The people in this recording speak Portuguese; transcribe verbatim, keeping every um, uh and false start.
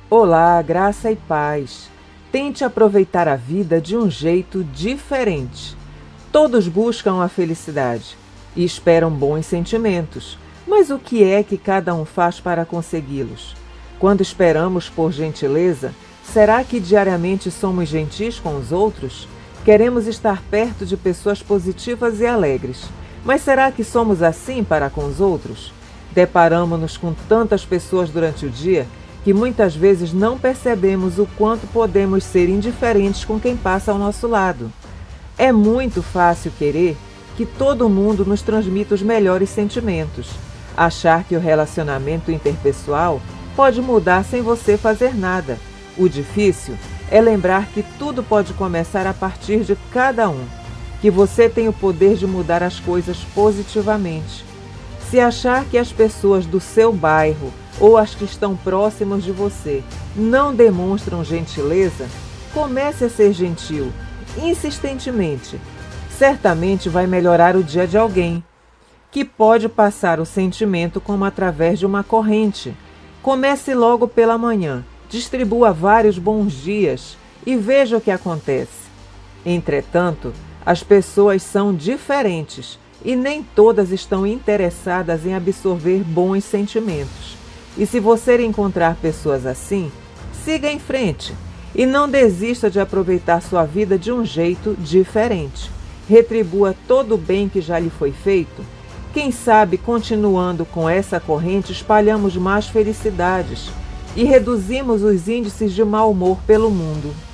Olá, graça e paz. Tente aproveitar a vida de um jeito diferente. Todos buscam a felicidade e esperam bons sentimentos, mas o que é que cada um faz para consegui-los? Quando esperamos por gentileza, será que diariamente somos gentis com os outros? Queremos estar perto de pessoas positivas e alegres, mas será que somos assim para com os outros? Deparamos-nos com tantas pessoas durante o dia que muitas vezes não percebemos o quanto podemos ser indiferentes com quem passa ao nosso lado. É muito fácil querer que todo mundo nos transmita os melhores sentimentos, achar que o relacionamento interpessoal pode mudar sem você fazer nada. O difícil é lembrar que tudo pode começar a partir de cada um, que você tem o poder de mudar as coisas positivamente. Se achar que as pessoas do seu bairro ou as que estão próximas de você não demonstram gentileza, comece a ser gentil, insistentemente. Certamente vai melhorar o dia de alguém, que pode passar o sentimento como através de uma corrente. Comece logo pela manhã, distribua vários bons dias e veja o que acontece. Entretanto, as pessoas são diferentes e nem todas estão interessadas em absorver bons sentimentos. E se você encontrar pessoas assim, siga em frente e não desista de aproveitar sua vida de um jeito diferente. Retribua todo o bem que já lhe foi feito. Quem sabe, continuando com essa corrente, espalhamos mais felicidades e reduzimos os índices de mau humor pelo mundo.